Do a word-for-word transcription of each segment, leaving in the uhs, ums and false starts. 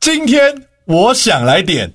今天我想来点，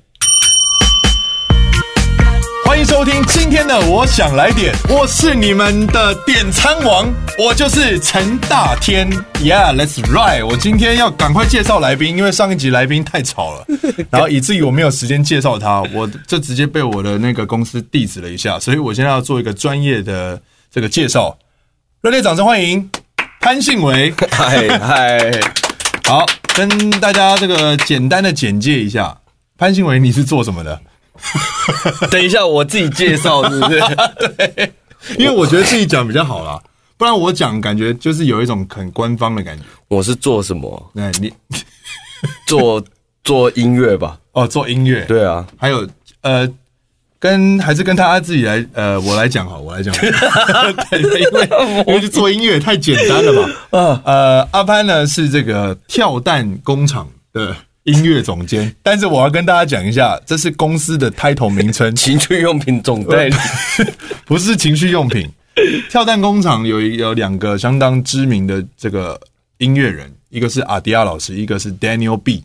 欢迎收听今天的我想来点，我是你们的点餐王，我就是陈大天 ，Yeah, let's ride。我今天要赶快介绍来宾，因为上一集来宾太吵了，然后以至于我没有时间介绍他，我就直接被我的那个公司地址了一下，所以我现在要做一个专业的这个介绍，热烈掌声欢迎潘信维， 嗨嗨。 好，跟大家这个简单的简介一下，潘信维你是做什么的？ 等一下，我自己介绍是不是？ 对，因为我觉得自己讲比较好啦，不然我讲感觉就是有一种很官方的感觉。 我是做什么？ 对，你做做音乐吧？ 哦，做音乐。 对啊， 还有呃，跟还是跟他自己来呃，我来讲好，我来讲好。对，因为因为做音乐太简单了嘛。啊呃，阿潘呢是这个跳蛋工厂的音乐总监，但是我要跟大家讲一下，这是公司的 title 名称， 情趣用品总代理， 不是情趣用品。跳蛋工厂有有两个相当知名的这个音乐人，一个是阿迪亚老师，一个是 Daniel B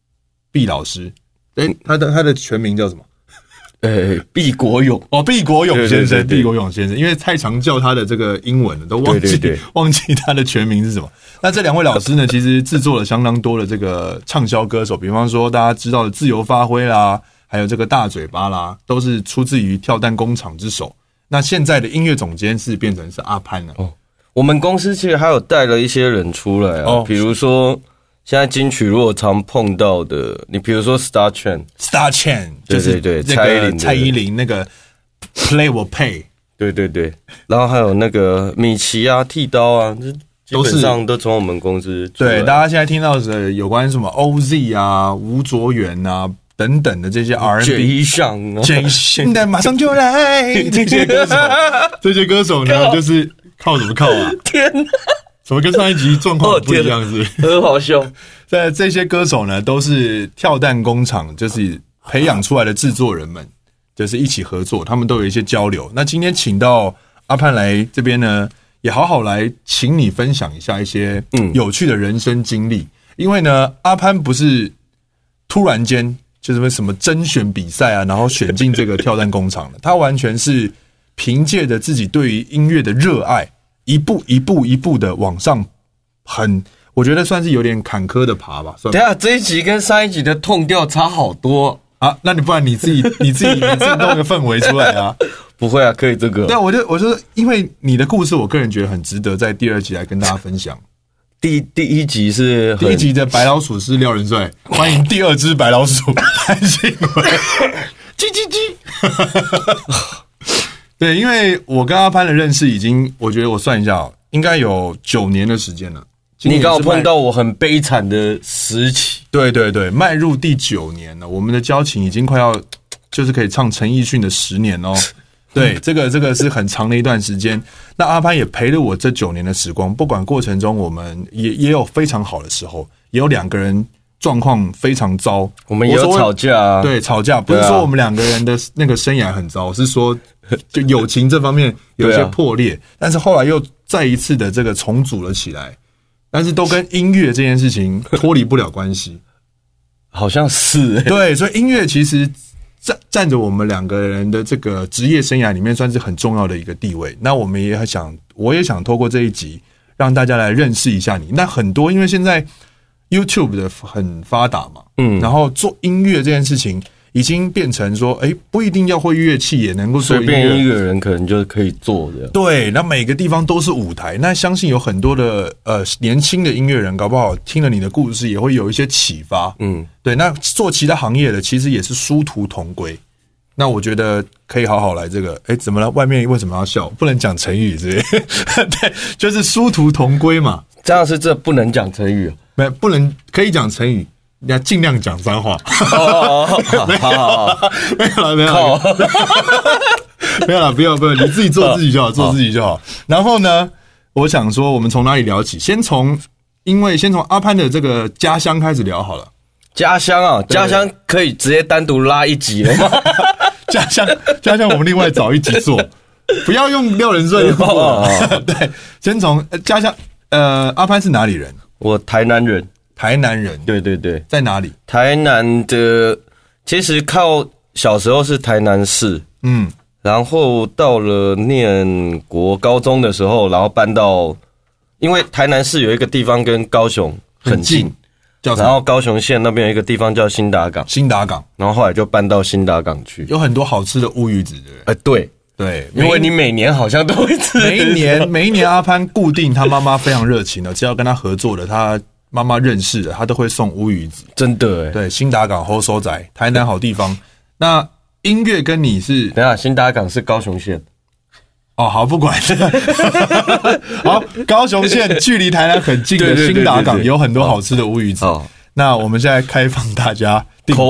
B 老师。诶，他的他的全名叫什么？ 呃，毕国勇哦，毕国勇先生，毕国勇先生，因为太常叫他的这个英文了，都忘记对对对忘记他的全名是什么。那这两位老师呢，其实制作了相当多的这个畅销歌手，比方说大家知道的自由发挥啦，还有这个大嘴巴啦，都是出自于跳蛋工厂之手。那现在的音乐总监是变成是阿潘了。 哦，我们公司其实还有带了一些人出来啊，哦、比如说。现在金曲如果常碰到的，你比如说 Star Chain，Star Chain 就是对对对， 蔡依林蔡依林那个 Play Will Pay， 对对对，然后还有那个米奇啊、剃刀啊，基本上都从我们公司出来。 对，大家现在听到的有关什么 O Z 啊、吴卓源啊等等的这些 R and B， J 项啊 ，J 现在马上就来这些歌手，这些歌手呢就是靠什么靠啊？ 天哪！ 怎么跟上一集状况不一样是不是？ 很好笑。 在这些歌手呢，都是跳蛋工厂就是培养出来的制作人们，就是一起合作，他们都有一些交流。那今天请到阿潘来这边呢，也好好来请你分享一下一些有趣的人生经历。嗯、因为呢，阿潘不是突然间就是什么甄选比赛啊，然后选进这个跳蛋工厂的，他完全是凭借着自己对于音乐的热爱。一步一步一步的往上，很我觉得算是有点坎坷的爬吧。 等一下这一集跟上一集的痛调差好多啊！那你不然你自己你自己你自己弄个氛围出来啊？ 不会啊，可以这个。 对，我就我就因为你的故事，我个人觉得很值得在第二集来跟大家分享。 第第一集是第一集的白老鼠是廖仁帅，欢迎第二只白老鼠潘信维，叽叽叽。对，因为我跟阿潘的认识已经，我觉得我算一下，应该有九年的时间了。 你刚好碰到我很悲惨的时期。 对对对，迈入第九年了，我们的交情已经快要，就是可以唱陈奕迅的十年哦。对，这个这个是很长的一段时间。那阿潘也陪了我这九年的时光，不管过程中我们也也有非常好的时候，也有两个人状况非常糟， 我们也有吵架啊。 对，吵架不是说我们两个人的那个生涯很糟，是说。就友情这方面有一些破裂，啊、但是后来又再一次的这个重组了起来，但是都跟音乐这件事情脱离不了关系， 好像是、欸、 对，所以音乐其实占占着我们两个人的这个职业生涯里面算是很重要的一个地位。那我们也想，我也想透过这一集让大家来认识一下你。那很多因为现在 YouTube 的很发达嘛，嗯，然后做音乐这件事情。已经变成说，哎，不一定要会乐器也能够做音乐， 随便一个人可能就可以做的。 对，那每个地方都是舞台。那相信有很多的呃年轻的音乐人，搞不好听了你的故事，也会有一些启发。嗯，对。那做其他行业的，其实也是殊途同归。那我觉得可以好好来这个，哎，怎么了？外面为什么要笑？不能讲成语之类，对，就是殊途同归嘛。 这样是这不能讲成语， 没不能可以讲成语。你要尽量讲脏话。 哦，好好好， 没有了，没有了，没有了，不要不要，你自己做自己就好，做自己就好。然后呢，我想说，我们从哪里聊起？先从，因为先从阿潘的这个家乡开始聊好了。 家乡啊，家乡可以直接单独拉一集了吗？ 家乡，家乡，我们另外找一集做，不要用廖仁帅的话。对，先从家乡，呃，阿潘是哪里人？ 我台南人。 台南人， 对对对， 在哪里？ 台南的，其实靠小时候是台南市，嗯，然后到了念国高中的时候，然后搬到，因为台南市有一个地方跟高雄很近。很近然后高雄县那边有一个地方叫新达港， 新达港， 然后后来就搬到新达港去， 有很多好吃的乌鱼子，对不对？ 呃，对对， 因为你每年好像都会吃， 每一年每一年阿潘固定他妈妈非常热情的，只要跟他合作的，他妈妈认识的，他都会送乌鱼子， 真的哎， 对，新达港后收仔，台南好地方。那音乐跟你是， 等一下，新达港是高雄县。 哦，好，不管。好，高雄县距离台南很近的新达港有很多好吃的乌鱼子。哦，那我们现在开放大家订购。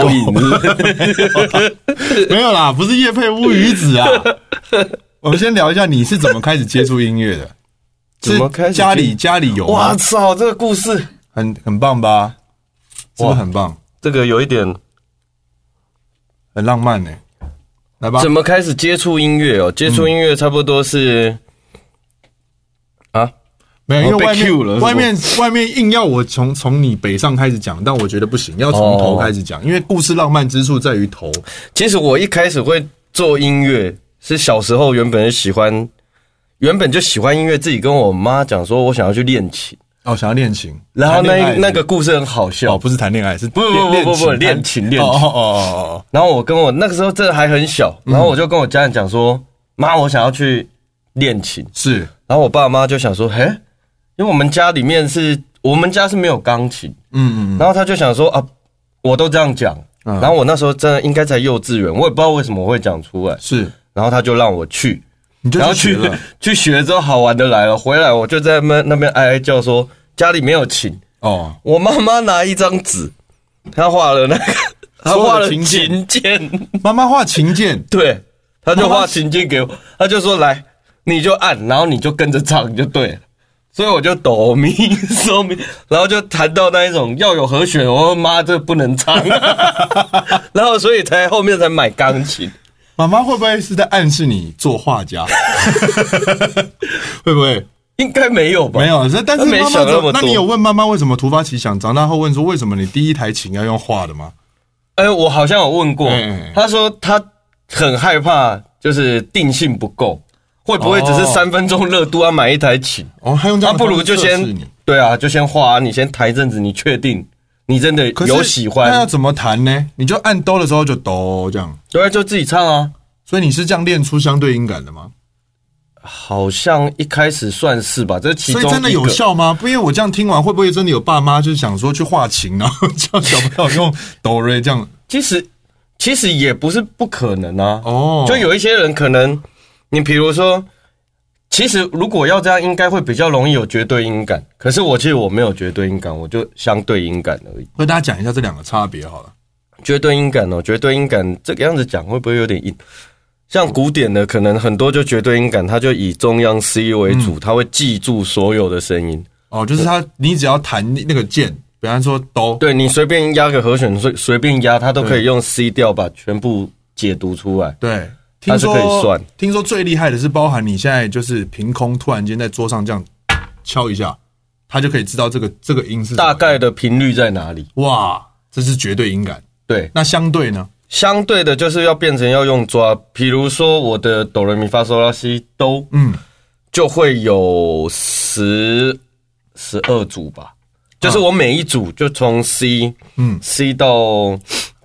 没有啦，不是业配乌鱼子啊。我们先聊一下你是怎么开始接触音乐的？ 怎么开始？ 家里家里有吗？ 哇操，这个故事很很棒吧？是不是很棒？ 这个有一点很浪漫呢、欸。来吧， 怎么开始接触音乐哦？接触音乐差不多是、嗯、啊， 没有，因为外面外面外面硬要我从从你北上开始讲，但我觉得不行，要从头开始讲，哦、因为故事浪漫之处在于头。 其实我一开始会做音乐，是小时候原本是喜欢，原本就喜欢音乐，自己跟我妈讲说，我想要去练琴。 哦，想要练琴， 然后那那个故事很好笑， 哦，不是谈恋爱，是不不不不不练琴练琴。 哦哦哦哦。 然后我跟我那个时候真的还很小，然后我就跟我家人讲说，妈，我想要去练琴。 是， 然后我爸妈就想说，嘿，因为我们家里面是我们家是没有钢琴，嗯嗯，然后他就想说啊，我都这样讲，然后我那时候真的应该在幼稚园，我也不知道为什么我会讲出来， 是， 然后他就让我去。 你就然后去去学之后好玩的来了，回来我就在那那边哀哀叫说家里没有琴哦，我妈妈拿一张纸，她画了那个，她画了琴键， 妈妈画琴键， 对，她就画琴键给我，她就说来你就按，然后你就跟着唱就对了，所以我就哆咪嗦咪，然后就弹到那一种要有和弦，我说妈这不能唱，然后所以才后面才买钢琴。 妈妈会不会是在暗示你做画家？会不会？ 应该没有吧？ 没有，但是妈妈没想那么多。那你有问妈妈为什么突发奇想？长大后问说为什么你第一台琴要用画的吗？ 哎、欸，我好像有问过，欸、他说他很害怕，就是定性不够，会不会只是三分钟热度要买一台琴？ 哦，他用这样的方式测试你， 不如就先对啊，就先画、啊，你先弹一阵子，你确定你真的有喜欢？ 那要怎么弹呢？你就按哆的时候就哆这样， 对，就自己唱啊。 所以你是这样练出相对音感的吗？ 好像一开始算是吧，这其中一个。 所以真的有效吗？不，因为我这样听完，会不会真的有爸妈就是想说去画琴，然后叫小朋友用哆瑞这样？ 其实其实也不是不可能啊。哦，就有一些人可能，你比如说，其实如果要这样，应该会比较容易有绝对音感。可是我其实我没有绝对音感，我就相对音感而已。 跟大家讲一下这两个差别好了。 绝对音感哦，绝对音感这个样子讲会不会有点硬？像古典的，可能很多就绝对音感，它就以中央 C 为主，它、嗯、会记住所有的声音。 哦，就是它，你只要弹那个键，比方说哆， 对你随便压个和弦，随随便压，它都可以用 C 调把全部解读出来。 对， 它是可以算。 听说最厉害的是，包含你现在就是凭空突然间在桌上这样敲一下，它就可以知道这个这个音是大概的频率在哪里。 哇，这是绝对音感。对，那相对呢？ 相对的就是要变成要用抓，比如说我的哆来咪发嗦拉西哆，嗯，就会有十十二组吧，就是我每一组就从 C， 嗯 ，C 到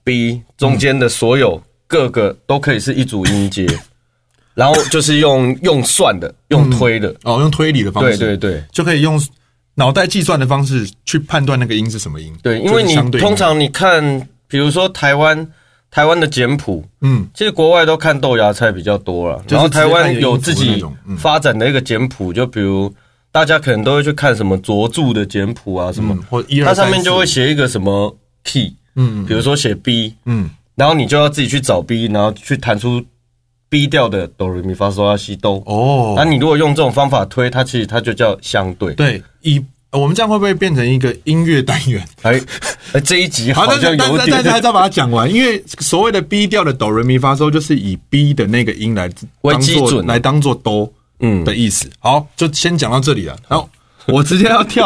B 中间的所有各个都可以是一组音阶，然后就是用用算的，用推的、嗯， 哦，用推理的方式， 对对对， 就可以用脑袋计算的方式去判断那个音是什么音。 对，因为你通常你看，比如说台湾。台湾的简谱，嗯，其实国外都看豆芽菜比较多了，然后台湾有自己发展的一个简谱，就比如大家可能都会去看什么卓著的简谱啊，什么， 或它上面就会写一个什么 key， 嗯，比如说写 B， 嗯，然后你就要自己去找 B， 然后去弹出 B 调的哆来咪发嗦拉西哆。哦，那你如果用这种方法推，它其实它就叫相对。 对，以我们这样会不会变成一个音乐单元？ 哎，这一集好像有点， 但是但是还是要把它讲完，因为所谓的 B 调的哆来咪发嗦，就是以 B 的那个音来为基准， 来当做哆，嗯的意思。好，就先讲到这里了。然后我直接要跳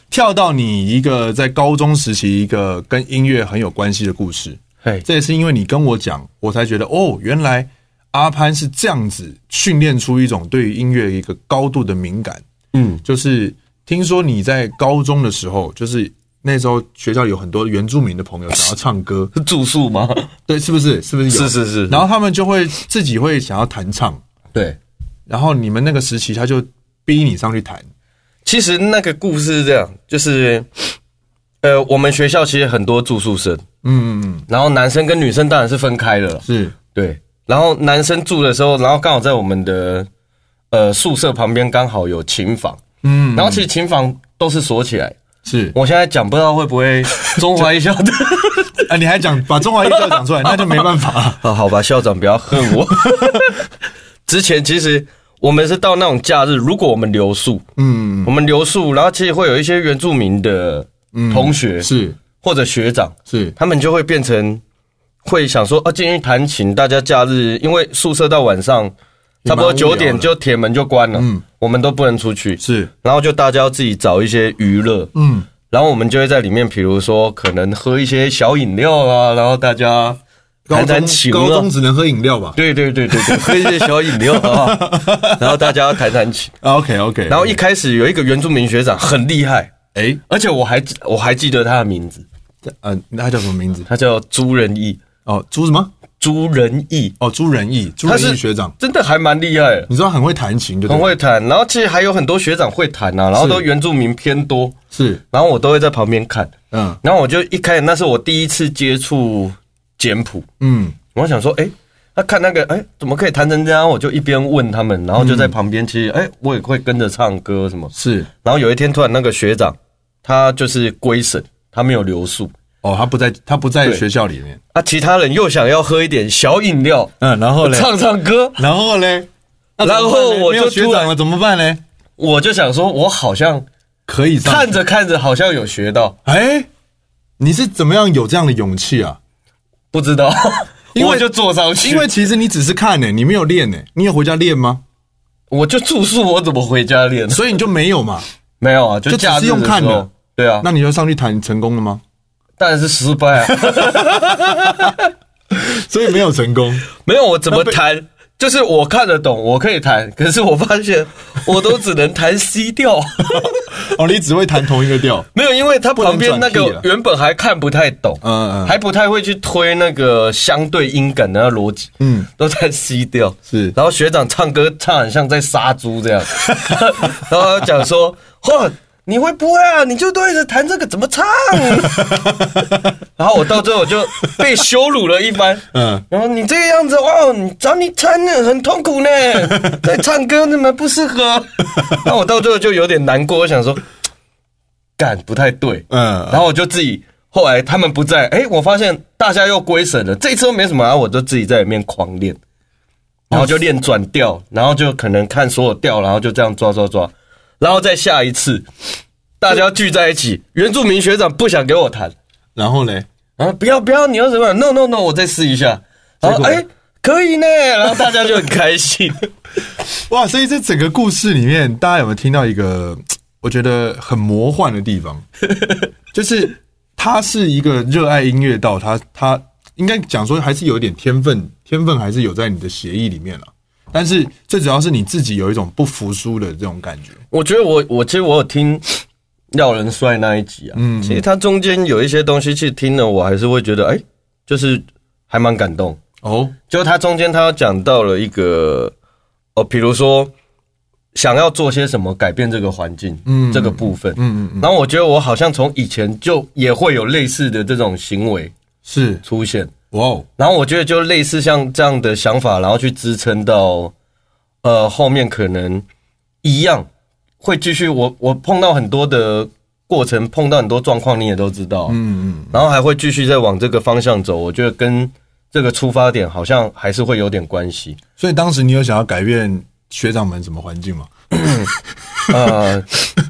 跳到你一个在高中时期一个跟音乐很有关系的故事。 嘿， 这也是因为你跟我讲，我才觉得哦，原来阿潘是这样子训练出一种对于音乐一个高度的敏感。嗯，就是听说你在高中的时候，就是那时候学校有很多原住民的朋友想要唱歌， 是住宿吗？ 对，是不是？是不是有？ 是是是。 然后他们就会自己会想要弹唱， 对。 然后你们那个时期，他就逼你上去弹。 其实那个故事是这样，就是呃，我们学校其实很多住宿生，嗯嗯嗯，然后男生跟女生当然是分开的了， 是对。 然后男生住的时候，然后刚好在我们的呃宿舍旁边刚好有琴房，嗯，然后其实琴房都是锁起来。 是我现在讲不知道会不会中华艺校的啊？你还讲把中华艺校讲出来，那就没办法了。 啊，好吧，校长不要恨我。之前其实我们是到那种假日，如果我们留宿，嗯，我们留宿，然后其实会有一些原住民的同学、嗯、 是或者学长是， 他们就会变成会想说啊，进去弹琴，大家假日因为宿舍到晚上差不多九点就铁门就关了，嗯，我们都不能出去， 是， 然后就大家要自己找一些娱乐，嗯，然后我们就会在里面，比如说可能喝一些小饮料啊，然后大家弹弹琴、啊， 高中只能喝饮料吧？ 对对对对对，喝一些小饮料啊，然后大家弹弹琴。 OK OK。 然后一开始有一个原住民学长很厉害，哎，而且我还我还记得他的名字， 呃，他叫什么名字？ 他叫朱仁义。 哦，朱什么？ 朱仁义。 哦，朱仁义，朱仁义学长真的还蛮厉害的。 你知道很会弹琴，对不对？ 很会弹。然后其实还有很多学长会弹啊，然后都原住民偏多， 是。 然后我都会在旁边看， 嗯， 然后我就一开始那是我第一次接触简谱，嗯，我想说，哎，他看那个，哎，怎么可以弹成这样？我就一边问他们，然后就在旁边，其实，哎，我也会跟着唱歌什么。 是。 然后有一天突然那个学长，他就是归省，他没有留宿。 哦，他不在，他不在学校里面。 啊，其他人又想要喝一点小饮料， 嗯，然后嘞， 唱唱歌， 然后嘞， 然后我就学长了，怎么办呢？ 我就想说，我好像可以上看着看着，好像有学到。 哎，你是怎么样有这样的勇气啊？ 不知道，因为我就坐上去。 因为其实你只是看呢、欸，你没有练呢、欸，你有回家练吗？ 我就住宿，我怎么回家练？ 所以你就没有嘛？ 没有啊，就只是用看的。 对啊， 那你就上去弹成功了吗？ 当然是失败啊， 所以没有成功。 没有，我怎么弹？就是我看得懂，我可以弹，可是我发现我都只能弹 C 调。 哦，你只会弹同一个调？ 没有，因为他旁边那个原本还看不太懂，嗯嗯，还不太会去推那个相对音感的逻辑，嗯，都在 C 调。 是，然后学长唱歌唱很像在杀猪这样，然后讲说，嚯！你会不会啊？你就对着弹这个怎么唱？然后我到最后就被羞辱了一番。嗯，然后你这个样子哇，你找你弹很痛苦呢，在唱歌那么不适合。然后我到最后就有点难过，我想说，干不太对。嗯，然后我就自己后来他们不在，哎，我发现大家又归省了，这一次都没什么，然后我就自己在里面狂练，然后就练转调，然后就可能看所有调，然后就这样抓抓抓。然后再下一次，大家聚在一起，原住民学长不想给我弹， 然后呢？ 啊，不要不要，你要什么 ？No No No， 我再试一下。然后哎，可以呢，然后大家就很开心。 哇，所以这整个故事里面，大家有没有听到一个我觉得很魔幻的地方？就是他是一个热爱音乐到他他应该讲说还是有一点天分，天分还是有在你的血液里面了。但是最主要是你自己有一种不服输的这种感觉。 我觉得我我其实我有听廖仁帅那一集啊，嗯，其实他中间有一些东西，其实听了我还是会觉得，哎、欸，就是还蛮感动哦。就他中间他讲到了一个哦，比如说想要做些什么改变这个环境，嗯，这个部分，嗯嗯嗯。然后我觉得我好像从以前就也会有类似的这种行为是出现。 哇哦！ 然后我觉得就类似像这样的想法，然后去支撑到，呃，后面可能一样会继续。我我碰到很多的过程，碰到很多状况，你也都知道，嗯嗯。然后还会继续再往这个方向走。我觉得跟这个出发点好像还是会有点关系。 所以当时你有想要改变学长们什么环境吗？ 呃。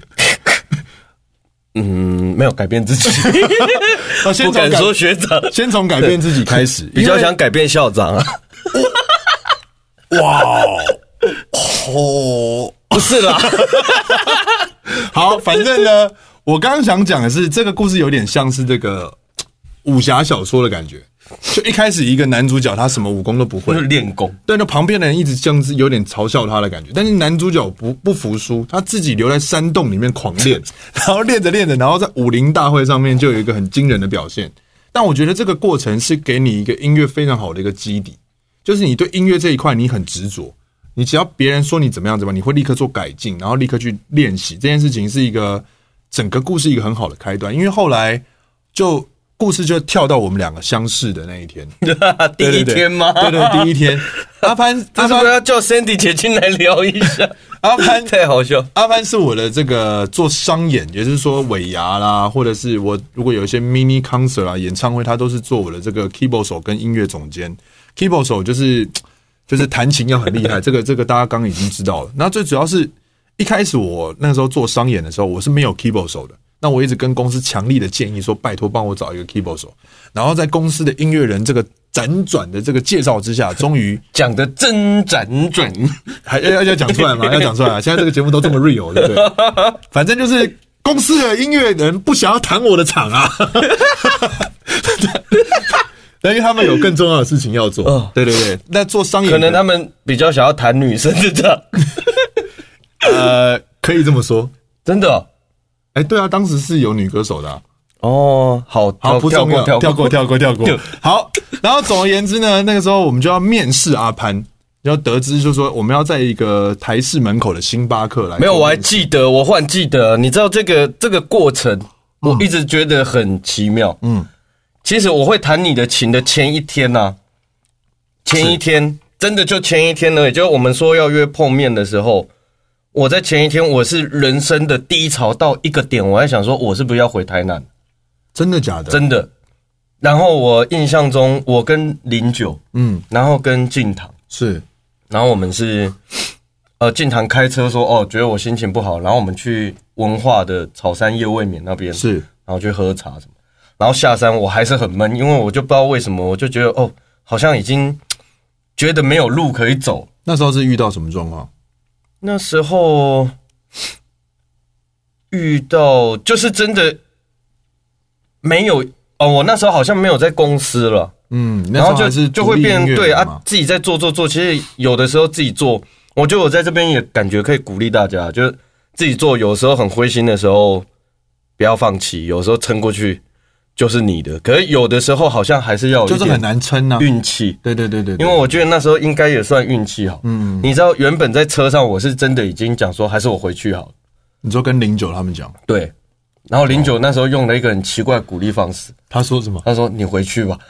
嗯，没有改变自己， 哦、先不敢说学长， 先从改变自己开始， 比较想改变校长啊。 哇哦， 不是啦。 好，反正呢， 我刚刚想讲的是，这个故事有点像是这个武侠小说的感觉。就一开始一个男主角他什么武功都不会， 就是练功， 对，那旁边的人一直像是有点嘲笑他的感觉，但是男主角不不服输，他自己留在山洞里面狂练，然后练着练着，然后在武林大会上面就有一个很惊人的表现。但我觉得这个过程是给你一个音乐非常好的一个基底，就是你对音乐这一块你很执着，你只要别人说你怎么样怎么样，你会立刻做改进，然后立刻去练习。这件事情是一个整个故事一个很好的开端，因为后来就。故事就跳到我们两个相识的那一天， 第一天吗？ 对 对, 对，第一天，阿潘， 这是不是要叫 Sandy 姐进来聊一下？ 阿潘太好笑， 阿潘是我的这个做商演，也就是说尾牙啦，或者是我如果有一些 mini concert 啦、演唱会，他都是做我的这个 keyboard 手跟音乐总监。keyboard 手就是就是弹琴要很厉害，这个这个大家刚刚已经知道了。那最主要是一开始我那个时候做商演的时候，我是没有 keyboard 手的。那我一直跟公司强力的建议说，拜托帮我找一个 keyboard 手。然后在公司的音乐人这个辗转的这个介绍之下，终于讲的真辗转， 还要要讲出来吗？要讲出来啊！现在这个节目都这么 real， 对不对？反正就是公司的音乐人不想要弹我的场啊，因为他们有更重要的事情要做。哦、对对对，那做商业可能他们比较想要弹女生的场。 呃，可以这么说， 真的、哦。 哎，对啊，当时是有女歌手的、啊。 哦，好， 好，不重要， 跳过，跳过，跳过，跳过。好，然后总而言之呢，那个时候我们就要面试阿潘，要得知就是说我们要在一个台视门口的星巴克来。 没有，我还记得，我忽然记得，你知道这个这个过程，我一直觉得很奇妙。嗯，其实我会弹你的琴的前一天啊，前一天真的就前一天而已，就我们说要约碰面的时候。我在前一天，我是人生的低潮到一个点，我在想说，我是不是要回台南？ 真的假的？ 真的。然后我印象中，我跟林九，嗯，然后跟静堂是， 然后我们是，呃，静堂开车说，哦，觉得我心情不好，然后我们去文化的草山夜未眠那边是， 然后去喝茶什么，然后下山我还是很闷，因为我就不知道为什么，我就觉得哦，好像已经觉得没有路可以走。 那时候是遇到什么状况？ 那时候遇到就是真的没有哦，我那时候好像没有在公司了，嗯，然后就就会变对啊，自己在做做做。其实有的时候自己做，我觉得我在这边也感觉可以鼓励大家，就是自己做，有时候很灰心的时候不要放弃，有时候撑过去就是你的。可是有的时候好像还是要有一点就是很难撑啊， 运气。 对对对 对, 对，因为我觉得那时候应该也算运气好。嗯，你知道原本在车上我是真的已经讲说，还是我回去好了。 你说跟零九他们讲？ 对。然后零九那时候用了一个很奇怪的鼓励方式。 他说什么？ 他说你回去吧。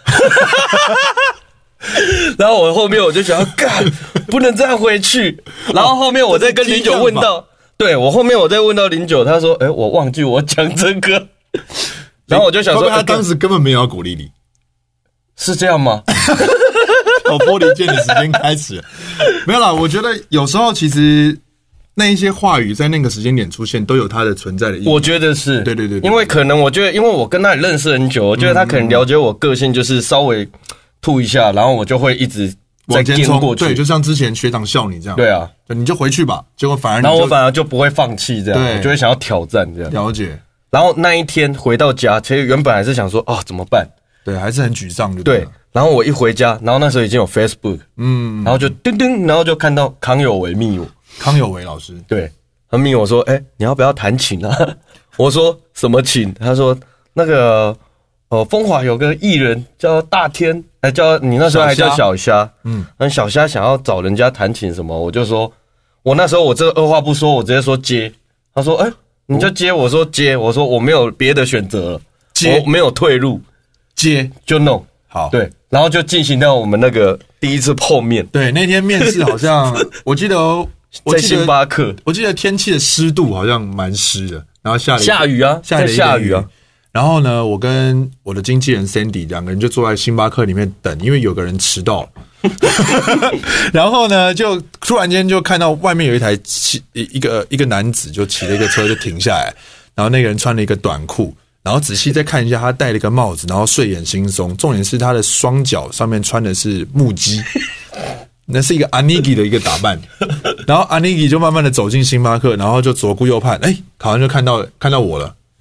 然后我后面我就想要干，不能这样回去。然后后面我再跟零九问到，对我后面我再问到零九，他说：“哎，我忘记我讲这个。”然后我就想说， 他当时根本没有要鼓励你， 是这样吗？ 我玻璃剑的时间开始，没有啦。我觉得有时候其实那一些话语在那个时间点出现，都有它的存在的意义。 我觉得是， 对对 对, 对， 因为可能我觉得，因为我跟他也认识很久，我觉得他可能了解我个性，就是稍微吐一下，然后我就会一直再跟过去。 对，就像之前学长笑你这样。 对啊， 你就回去吧。结果反而你然后我反而就不会放弃这样，我就会想要挑战这样。 了解。 然后那一天回到家，其实原本还是想说，哦，怎么办？ 对，还是很沮丧就对。然后我一回家，然后那时候已经有 Facebook， 嗯，然后就叮叮，然后就看到康有为密我， 康有为老师， 对，他密我说，哎、欸，你要不要弹琴啊？我说什么琴？他说那个，哦，风华有个艺人叫大天，哎，叫你那时候还叫小虾，嗯，那小虾想要找人家弹琴什么，我就说，我那时候我这二话不说，我直接说接。他说，哎、欸。你就接，我说接，我说我没有别的选择了，接我没有退路， 接就弄好， 对，然后就进行到我们那个第一次碰面。 对，那天面试好像我记得我在星巴克， 我记得天气的湿度好像蛮湿的，然后下了下雨啊， 下了下雨啊。 然后呢，我跟我的经纪人 Sandy 两个人就坐在星巴克里面等，因为有个人迟到了。然后呢，就突然间就看到外面有一台骑一个一个男子就骑了一个车就停下来，然后那个人穿了一个短裤，然后仔细再看一下，他戴了一个帽子，然后睡眼惺忪，重点是他的双脚上面穿的是木屐，那是一个 Anigi 的一个打扮。然后 Anigi 就慢慢的走进星巴克，然后就左顾右盼，哎，好像就看到看到我了。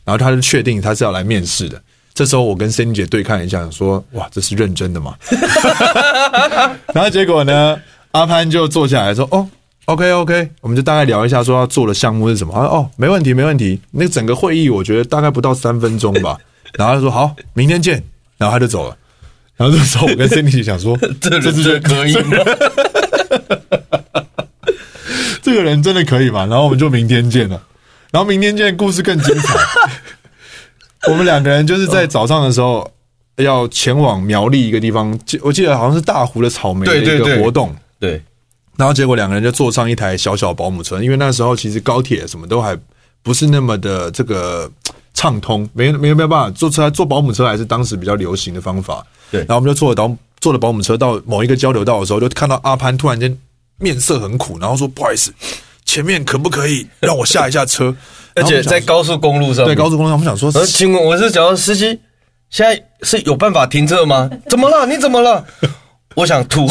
然后他就确定他是要来面试的。这时候我跟 Cindy 姐对看一下，想说哇，这是认真的吗？然后结果呢，阿潘就坐下来说哦 OK OK， 我们就大概聊一下说要做的项目是什么。他说哦没问题没问题，那个整个会议我觉得大概不到三分钟吧。然后他说好，明天见，然后他就走了。然后这时候我跟 Cindy 姐想说， 这人真的可以吗？ 这个人真的可以吗？然后我们就明天见了。然后明天见，故事更精彩。我们两个人就是在早上的时候要前往苗栗一个地方，我记得好像是大湖的草莓的一个活动。 对, 对, 对， 然后结果两个人就坐上一台小小保姆车，因为那时候其实高铁什么都还不是那么的这个畅通，没没没有办法坐车，坐保姆车还是当时比较流行的方法。 对， 然后我们就坐了保坐了保姆车到某一个交流道的时候，就看到阿潘突然间面色很苦，然后说不好意思，前面可不可以让我下一下车？ 而且在高速公路上， 对，高速公路上，我们想说， 呃，请问我是小司机，现在是有办法停车吗？怎么了？你怎么了？我想吐。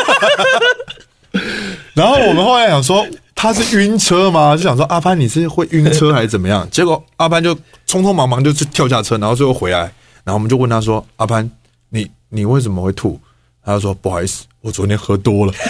然后我们后来想说，他是晕车吗？就想说阿潘你是会晕车还是怎么样？结果阿潘就匆匆忙忙就跳下车，然后最后回来，然后我们就问他说：“阿潘，你你为什么会吐？”他就说：“不好意思，我昨天喝多了。”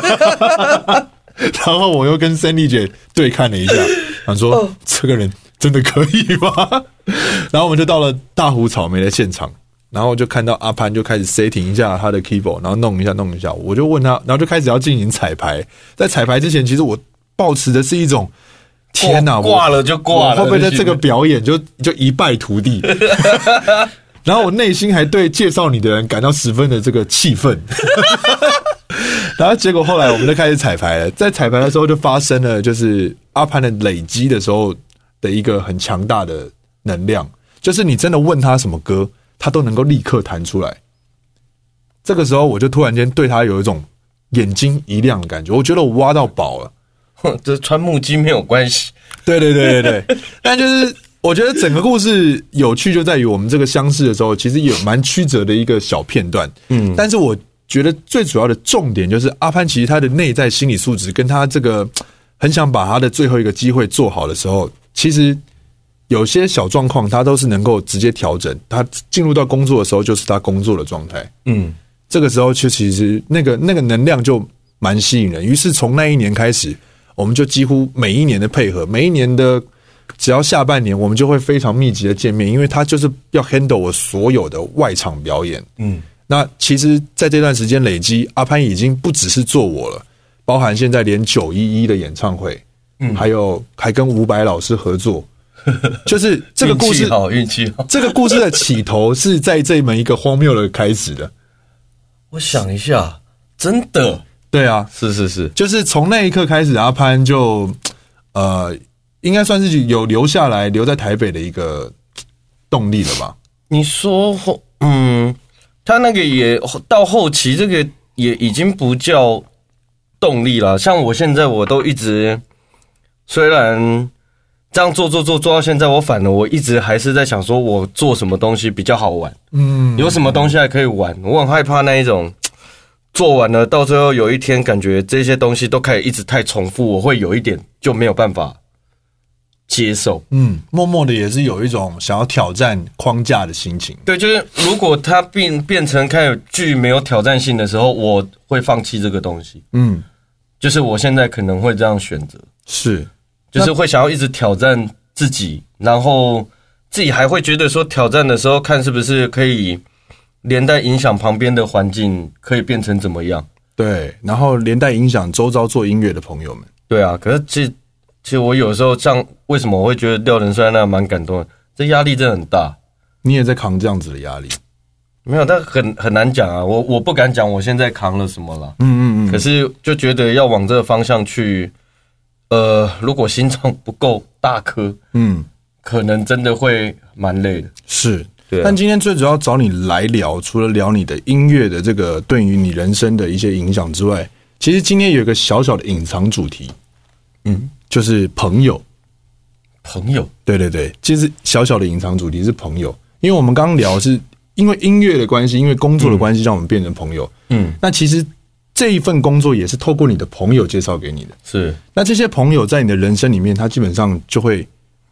然后我又跟 Cindy 姐对看了一下，想说、哦、这个人真的可以吗？然后我们就到了大湖草莓的现场，然后就看到阿潘就开始 setting 一下他的 keyboard， 然后弄一下弄一下，我就问他，然后就开始要进行彩排。在彩排之前，其实我抱持的是一种天哪， 挂了就挂了， 会不会在这个表演就就一败涂地？然后我内心还对介绍你的人感到十分的这个气愤。然后结果后来我们就开始彩排了，在彩排的时候就发生了，就是阿潘的累积的时候的一个很强大的能量，就是你真的问他什么歌，他都能够立刻弹出来。这个时候我就突然间对他有一种眼睛一亮的感觉，我觉得我挖到宝了。 这穿木屐没有关系。 对对对对对，但就是我觉得整个故事有趣就在于我们这个相识的时候，其实有蛮曲折的一个小片段。嗯，但是我觉得最主要的重点就是阿潘其实他的内在心理素质跟他这个很想把他的最后一个机会做好的时候，其实有些小状况他都是能够直接调整，他进入到工作的时候就是他工作的状态。嗯，这个时候就其实那个那个能量就蛮吸引人，于是从那一年开始，我们就几乎每一年的配合，每一年的只要下半年我们就会非常密集的见面，因为他就是要 handle 我所有的外场表演。嗯，那其实在这段时间累积，阿潘已经不只是做我了，包含现在连九一一的演唱会，嗯，还有还跟伍佰老师合作，就是这个故事运气好，运气好。 这个故事的起头是在这门一个荒谬的开始的。 我想一下，真的， 对啊， 是是是， 就是从那一刻开始，阿潘就呃，应该算是有留下来留在台北的一个动力了吧？ 你说后，嗯。他那个也到后期，这个也已经不叫动力了。像我现在，我都一直虽然这样做做做做到现在，我反而我一直还是在想说，我做什么东西比较好玩，嗯，有什么东西还可以玩。我很害怕那一种做完了，到最后有一天感觉这些东西都开始一直太重复，我会有一点就没有办法接受。嗯， 默默的也是有一种想要挑战框架的心情。 对，就是如果它变变成开始具没有挑战性的时候，我会放弃这个东西。嗯，就是我现在可能会这样选择， 是， 就是会想要一直挑战自己，然后自己还会觉得说挑战的时候，看是不是可以连带影响旁边的环境，可以变成怎么样？ 对，然后连带影响周遭做音乐的朋友们。 对啊，可是其实。其实我有时候像为什么我会觉得廖仁帅那蛮感动的，这压力真的很大。 你也在扛这样子的压力？ 没有，但很很难讲啊。我我不敢讲我现在扛了什么了。嗯嗯嗯。可是就觉得要往这个方向去，呃，如果心脏不够大颗，嗯，可能真的会蛮累的。 是，对啊。但今天最主要找你来聊，除了聊你的音乐的这个对于你人生的一些影响之外，其实今天有一个小小的隐藏主题。嗯，就是朋友， 朋友， 对对对，其实小小的隐藏主题是朋友，因为我们刚刚聊的是因为音乐的关系，因为工作的关系，让我们变成朋友。嗯，那其实这一份工作也是透过你的朋友介绍给你的， 是。 那这些朋友在你的人生里面，他基本上就会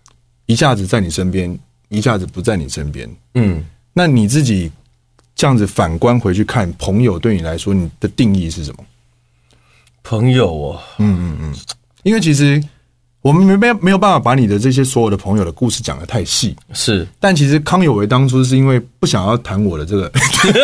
一下子在你身边，一下子不在你身边。 嗯， 那你自己这样子反观回去看，朋友对你来说，你的定义是什么？ 朋友哦， 嗯嗯嗯，因为其实我们没没有办法把你的这些所有的朋友的故事讲得太细， 是， 但其实康有为当初是因为不想要谈我的这个，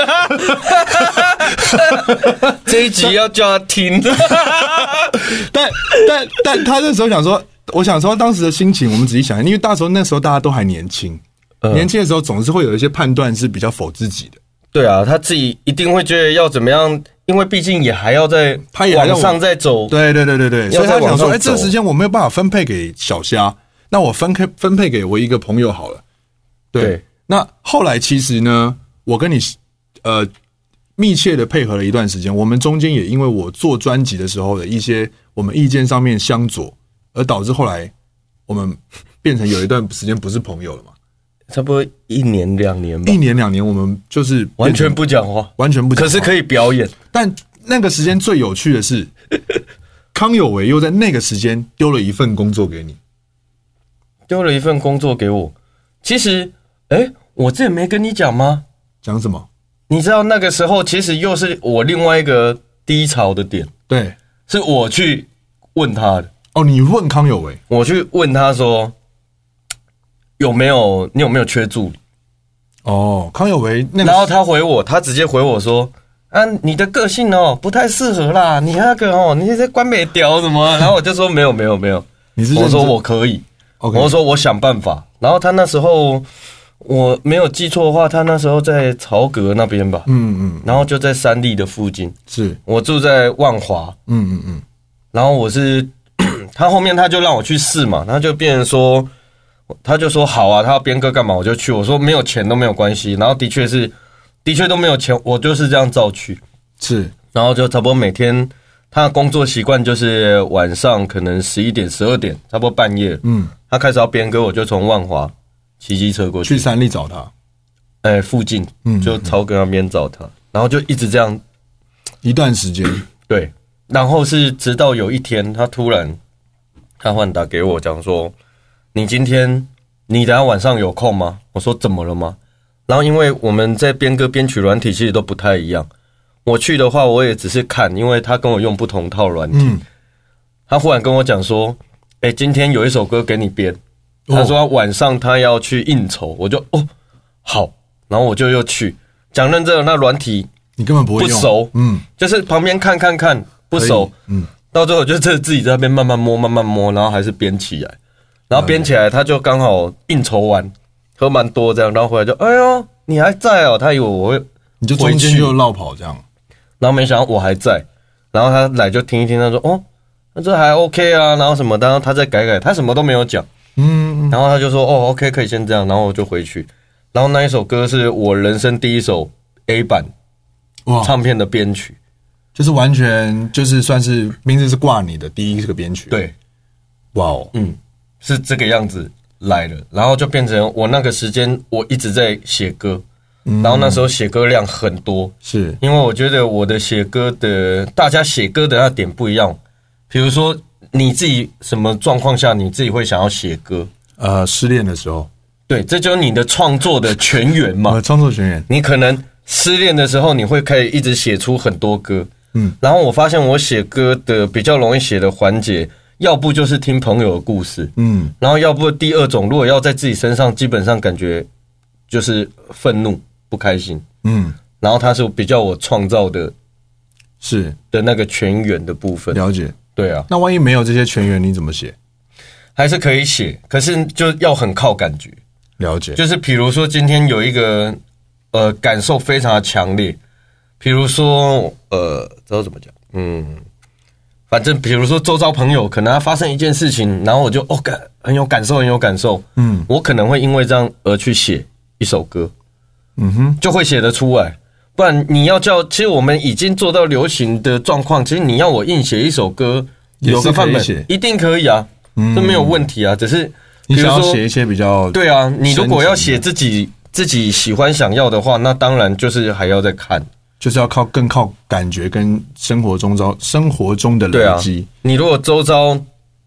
这一集要叫他听， 但但但他那时候想说，我想说当时的心情，我们仔细想，因为那时候那时候大家都还年轻，呃、年轻的时候总是会有一些判断是比较否自己的。 对啊，他自己一定会觉得要怎么样，因为毕竟也还要在往上再走。 对对对对对，所以他想说，哎，这个时间我没有办法分配给小虾，那我分配分配给我一个朋友好了。对，对那后来其实呢，我跟你呃密切的配合了一段时间，我们中间也因为我做专辑的时候的一些我们意见上面相左，而导致后来我们变成有一段时间不是朋友了嘛。 差不多一年两年吧， 一年两年，我们就是完全不讲话， 完全不讲话， 可是可以表演。 但那个时间最有趣的是，康有为又在那个时间丢了一份工作给你， 丢了一份工作给我。其实，哎、欸，我这也没跟你讲吗？ 讲什么？ 你知道那个时候，其实又是我另外一个低潮的点。 对， 是我去问他的。 哦，你问康有为？ 我去问他说。有没有你有没有缺助理？ 哦，康有为那个， 然后他回我，他直接回我说：“啊，你的个性哦不太适合啦，你那个哦，你在关美屌什么？”然后我就说：“没有，没有，没有。”你是我说我可以， okay. 我说我想办法。然后他那时候我没有记错的话，他那时候在曹阁那边吧，嗯嗯，然后就在三立的附近， 是我住在万华，嗯嗯嗯，然后我是他后面他就让我去试嘛，他就变成说。他就说好啊，他要编歌干嘛我就去。我说没有钱都没有关系，然后的确是，的确都没有钱，我就是这样照去。 是， 然后就差不多每天他的工作习惯就是晚上可能十一点、十二点，差不多半夜，嗯，他开始要编歌，我就从万华骑机车过去， 去三立找他， 哎、欸，附近，嗯，就曹阁那边找他，然后就一直这样一段时间， 对，然后是直到有一天，他突然他忽然打给我讲说。你今天你等下晚上有空吗？我说怎么了吗？然后因为我们在编歌编曲软体其实都不太一样，我去的话我也只是看，因为他跟我用不同套软体。嗯、他忽然跟我讲说，哎、欸，今天有一首歌给你编，他说晚上他要去应酬，我就哦好，然后我就又去。讲认真的，那软体你根本不会用， 不熟， 嗯， 就是旁边看看看不熟，嗯，到最后就自己在那边慢慢摸慢慢摸，然后还是编起来。然后编起来，他就刚好应酬完，喝蛮多这样，然后回来就，哎呦，你还在哦？他以为我会， 你就中间就落跑这样， 然后没想到我还在，然后他来就听一听，他说，哦，那这还 OK 啊，然后什么，然后他再改改，他什么都没有讲，嗯，然后他就说，哦 ，OK， 可以先这样，然后我就回去，然后那一首歌是我人生第一首 A 版唱片的编曲， 就是完全就是算是名字是挂你的第一个编曲， 对， 哇哦， 嗯。是这个样子来的，然后就变成我那个时间我一直在写歌，嗯、然后那时候写歌量很多， 是因为我觉得我的写歌的大家写歌的那点不一样，比如说你自己什么状况下你自己会想要写歌？ 呃，失恋的时候， 对，这就是你的创作的泉源嘛， 呃，创作泉源。 你可能失恋的时候你会可以一直写出很多歌，嗯，然后我发现我写歌的比较容易写的环节。要不就是听朋友的故事，嗯，然后要不第二种，如果要在自己身上，基本上感觉就是愤怒、不开心，嗯，然后它是比较我创造的， 是的那个泉源的部分。 了解， 对啊。 那万一没有这些泉源，你怎么写？ 还是可以写，可是就要很靠感觉。 了解， 就是比如说今天有一个呃感受非常的强烈，比如说呃，知道怎么讲，嗯。反正比如说周遭朋友可能他发生一件事情，然后我就哦感很有感受很有感受，嗯，我可能会因为这样而去写一首歌，嗯哼，就会写得出来。不然你要叫，其实我们已经做到流行的状况，其实你要我硬写一首歌，有个范本一定可以啊，这没有问题啊。只是你想要写一些比较对啊，你如果要写自己自己喜欢想要的话，那当然就是还要再看。 就是要靠更靠感觉跟生活中招生活中的累积、 啊。你如果周遭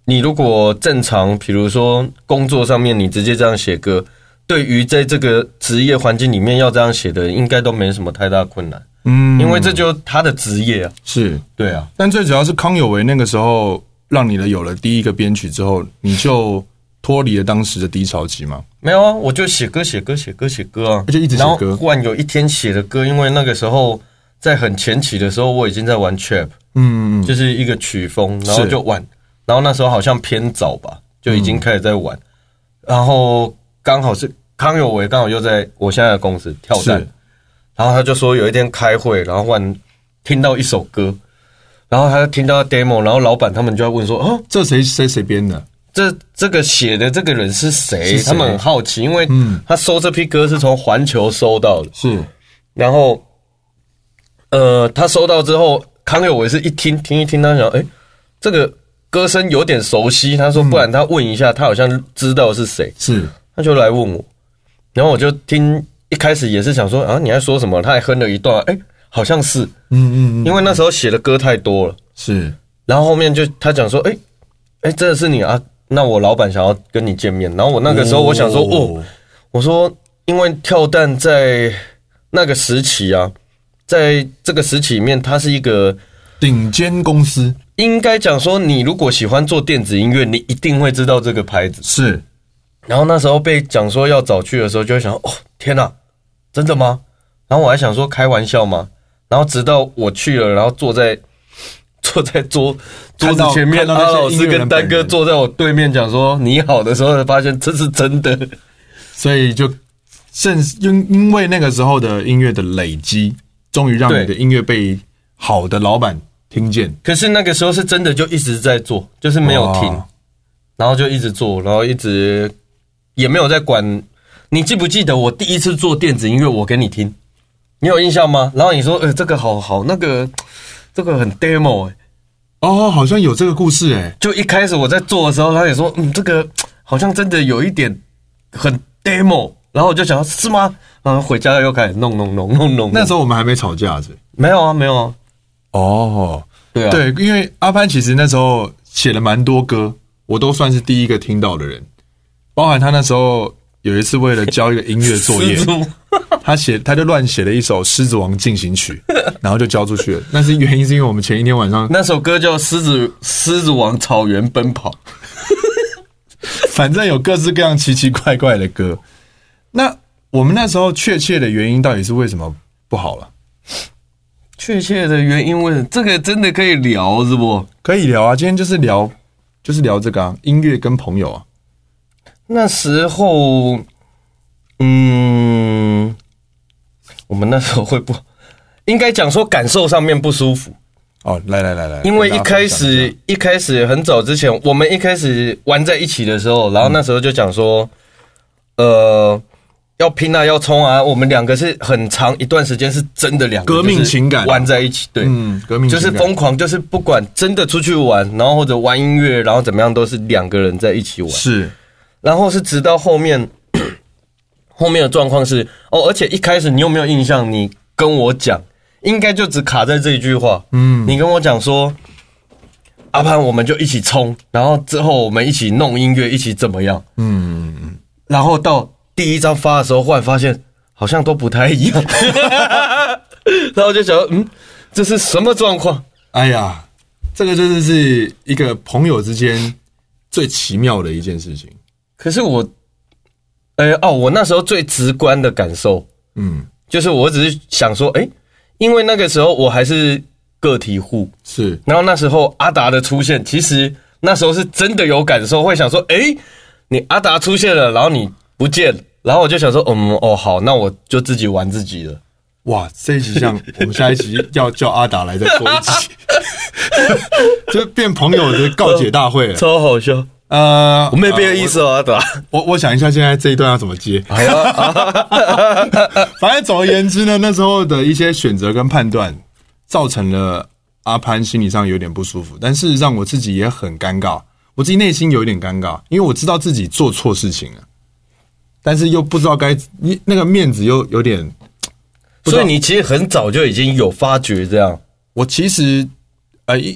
你如果正常，比如说工作上面，你直接这样写歌，对于在这个职业环境里面要这样写的，应该都没什么太大困难。嗯，因为这就是他的职业啊。 是， 对啊。 但最主要是康有为那个时候让你的有了第一个编曲之后，你就脱离了当时的低潮期吗？ 没有啊，我就写歌写歌写歌写歌啊， 就一直写歌。 然后忽然有一天写的歌，因为那个时候在很前期的时候，我已经在玩 trap， 嗯嗯，就是一个曲风，然后就玩。然后那时候好像偏早吧，就已经开始在玩。嗯、然后刚好是康有为，刚好又在我现在的公司跳蛋，然后他就说有一天开会，然后忽然听到一首歌，然后他就听到 demo， 然后老板他们就要问说：“哦， 这谁谁谁编的？ 这这个写的这个人是谁？”他们很好奇，因为他收这批歌是从环球收到的， 是。 然后，呃，他收到之后，康有为是一听听一听，他想，哎，这个歌声有点熟悉。他说，不然他问一下，他好像知道是谁。 是， 他就来问我，然后我就听，一开始也是想说，啊，你在说什么？他还哼了一段，哎，好像是，嗯嗯嗯，因为那时候写的歌太多了。 是， 然后后面就他讲说，哎，哎，真的是你啊？那我老板想要跟你见面。然后我那个时候我想说，哦，我说，因为跳蛋在那个时期啊，在这个时期里面，它是一个顶尖公司。 应该讲说，你如果喜欢做电子音乐，你一定会知道这个牌子。 是。 然后那时候被讲说要找去的时候，就会想，哦，天哪，真的吗？然后我还想说开玩笑吗？然后直到我去了，然后坐在坐在桌桌子前面，阿老师跟丹哥坐在我对面讲说你好的时候，才发现这是真的。 所以就正因因为那个时候的音乐的累积，终于让你的音乐被好的老板听见。 可是那个时候是真的就一直在做，就是没有停，然后就一直做，然后一直也没有在管。你记不记得我第一次做电子音乐，我给你听，你有印象吗？然后你说，呃，这个好好，那个这个很 demo 哎、欸， 哦，好像有这个故事哎、欸。 就一开始我在做的时候，他也说，嗯，这个好像真的有一点很 demo， 然后我就想，是吗？然后回家又开始弄弄弄弄弄。 那时候我们还没吵架是？ 没有啊，没有啊。 哦， 对啊， 对，因为阿潘其实那时候写了蛮多歌，我都算是第一个听到的人，包含他那时候。有一次为了交一个音乐作业，他写他就乱写了一首《狮子王进行曲》，然后就交出去了。那是原因是因为我们前一天晚上那首歌叫《狮子狮子王草原奔跑》， 反正有各式各样奇奇怪怪的歌。那我们那时候确切的原因到底是为什么不好了？ 确切的原因为什么？这个真的可以聊是不？ 可以聊啊，今天就是聊就是聊这个啊，音乐跟朋友啊。 那时候，嗯，我们那时候会不应该讲说感受上面不舒服哦。来来来来， 因为一开始一开始很早之前，我们一开始玩在一起的时候，然后那时候就讲说，呃，要拼啊，要冲啊。我们两个是很长一段时间是真的两个革命情感玩在一起，对， 嗯，革命情感就是疯狂，就是不管真的出去玩，然后或者玩音乐，然后怎么样，都是两个人在一起玩， 是。 然后是直到后面，后面的状况是哦，而且一开始你有没有印象？你跟我讲，应该就只卡在这一句话。嗯，你跟我讲说，阿潘，我们就一起冲，然后之后我们一起弄音乐，一起怎么样？嗯嗯。然后到第一张发的时候，忽然发现好像都不太一样，然后就想，嗯，这是什么状况？ 哎呀，这个真的是一个朋友之间最奇妙的一件事情。 可是我，呃、欸、哦，我那时候最直观的感受，嗯，就是我只是想说，哎、欸，因为那个时候我还是个体户， 是， 然后那时候阿达的出现，其实那时候是真的有感受，会想说，哎、欸，你阿达出现了，然后你不见了，然后我就想说，嗯，哦，好，那我就自己玩自己了。 哇，这一集像我们下一集要叫阿达来再说一集，就变朋友的告解大会了， 超好笑。呃，我没别的意思哦，阿达。 我我想一下，现在这一段要怎么接？哎呀，反正总而言之呢，那时候的一些选择跟判断，造成了阿潘心理上有点不舒服，但事实上我自己也很尴尬，我自己内心有一点尴尬，因为我知道自己做错事情了，但是又不知道该那个面子又有点。 所以你其实很早就已经有发觉这样。 我其实呃一。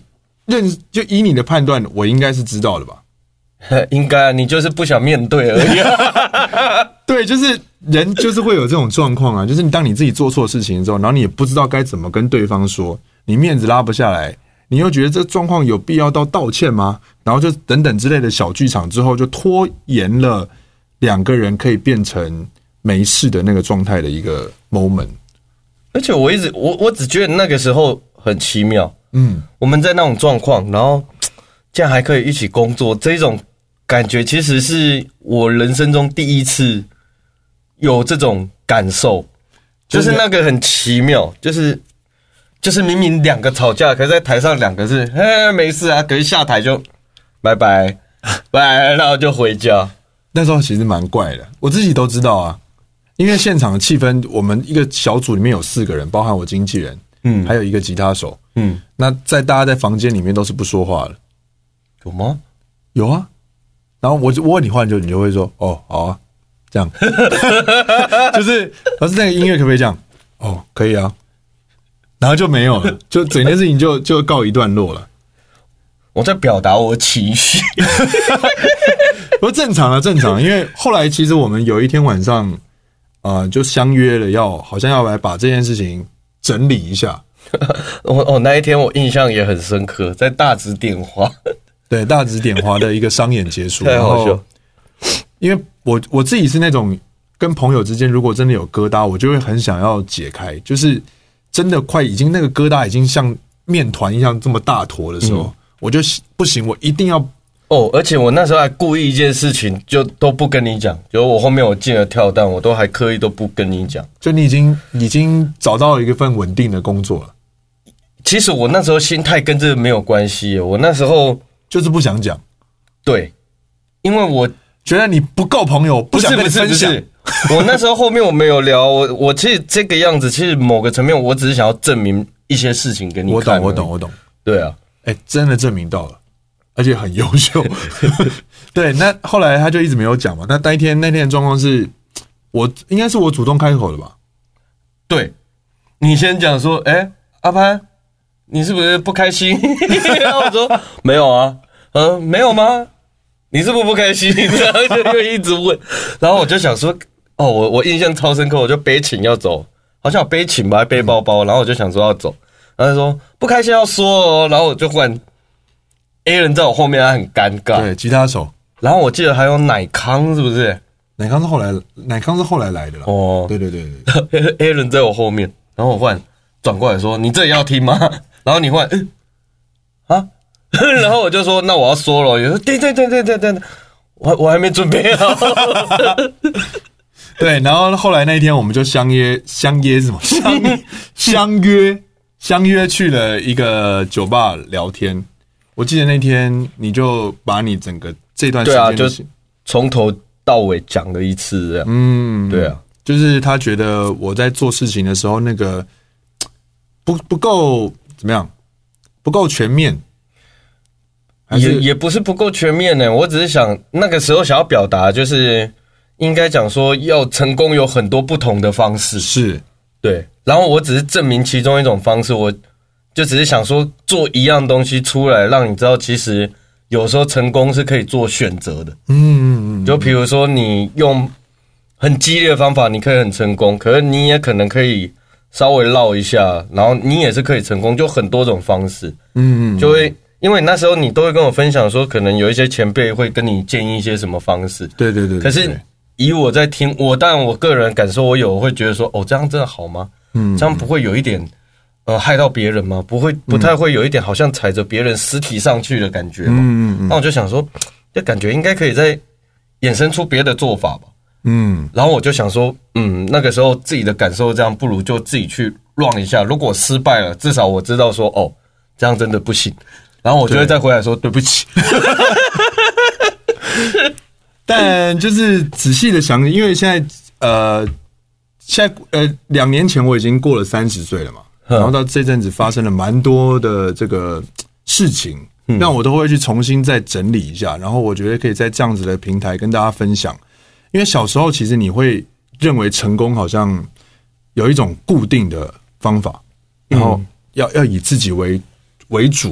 认就以你的判断，我应该是知道的吧？ 应该啊，你就是不想面对而已、啊。 对，就是人就是会有这种状况啊，就是当你自己做错事情之后，然后你也不知道该怎么跟对方说，你面子拉不下来，你又觉得这状况有必要到道歉吗？然后就等等之类的小剧场之后，就拖延了两个人可以变成没事的那个状态的一个 moment。 而且我一直我我只觉得那个时候很奇妙，嗯，我们在那种状况，然后竟然还可以一起工作，这种感觉其实是我人生中第一次有这种感受，就是那个很奇妙，就是就是明明两个吵架，可是在台上两个是哎没事啊，可是下台就拜拜拜，然后就回家。 那时候其实蛮怪的，我自己都知道啊，因为现场的气氛，我们一个小组里面有四个人，包含我经纪人，嗯，还有一个吉他手，嗯，那在大家在房间里面都是不说话的， 有吗？ 有啊。然后我就我问你话，你就你就会说哦好啊，这样，就是老师那个音乐可不可以这样？哦，可以啊。然后就没有了，就整件事情就就告一段落了。 我在表达我的情绪。 不过正常啊，正常。因为后来其实我们有一天晚上，呃，就相约了要，好像要来把这件事情整理一下。 我哦，那一天我印象也很深刻，在大直点花， 对，大直点花的一个商演结束， 太好笑。 因为我我自己是那种跟朋友之间，如果真的有疙瘩，我就会很想要解开，就是真的快已经那个疙瘩已经像面团一样这么大坨的时候，嗯、我就不行，我一定要。 哦，而且我那时候还故意一件事情，就都不跟你讲。就我后面我进了跳蛋，我都还刻意都不跟你讲。 就你已经已经找到了一份稳定的工作了。 其实我那时候心态跟这个没有关系，我那时候就是不想讲。 对，因为我觉得你不够朋友，不想跟你分享。 不是不是我那时候后面我没有聊，我我其实这个样子，其实某个层面，我只是想要证明一些事情给你看。 我懂，我懂，我懂。 对啊， 哎、欸，真的证明到了。而且很优秀，对。那后来他就一直没有讲嘛。那那一天那天的状况是，我应该是我主动开口的吧？ 对，你先讲说，哎、欸，阿潘，你是不是不开心？然后我说没有啊，嗯，没有吗？你是不是不开心？然后就又一直问，然后我就想说，哦，我我印象超深刻，我就背琴要走，好像有背琴吧，背包包，然后我就想说要走，然后他说不开心要说哦，然后我就换。A 人在我后面，他很尴尬。 对，吉他手。 然后我记得还有奶康，是不是？ 奶康是后来，奶康是后来来的啦。哦，对对对对。A 人在我后面，然后我忽然转过来说：“你这也要听吗？”然后你忽然，嗯、啊，然后我就说：“那我要说了。”你说：“对对对对对对，我我还没准备好。” 对，然后后来那一天我们就相约，相约是什么？相相约相约去了一个酒吧聊天。我记得那天你就把你整个这段时间， 对啊，就从头到尾讲了一次这样。嗯，对啊， 就是他觉得我在做事情的时候，那个不不够怎么样，不够全面， 也也不是不够全面呢。我只是想那个时候想要表达，就是应该讲说要成功有很多不同的方式， 是对。然后我只是证明其中一种方式，我。就只是想说做一样东西出来，让你知道其实有时候成功是可以做选择的。嗯嗯嗯。就比如说你用很激烈的方法，你可以很成功，可是你也可能可以稍微绕一下，然后你也是可以成功，就很多种方式。嗯嗯。就会因为那时候你都会跟我分享说，可能有一些前辈会跟你建议一些什么方式。 对对 对, 对。 可是以我在听，我当然我个人感受，我有会觉得说，哦，这样真的好吗？嗯。这样不会有一点。呃，害到别人吗？不会，不太会有一点好像踩着别人尸体上去的感觉嘛。嗯嗯。那我就想说，这感觉应该可以再衍生出别的做法吧。嗯。然后我就想说，嗯，那个时候自己的感受这样，不如就自己去 run 一下。如果失败了，至少我知道说，哦，这样真的不行。然后我就会再回来说对不起。 但就是仔细的想，因为现在呃，现在呃，两年前我已经过了三十岁了嘛。然后到这阵子发生了蛮多的这个事情，那我都会去重新再整理一下。然后我觉得可以在这样子的平台跟大家分享，因为小时候其实你会认为成功好像有一种固定的方法，然后要要以自己为为主，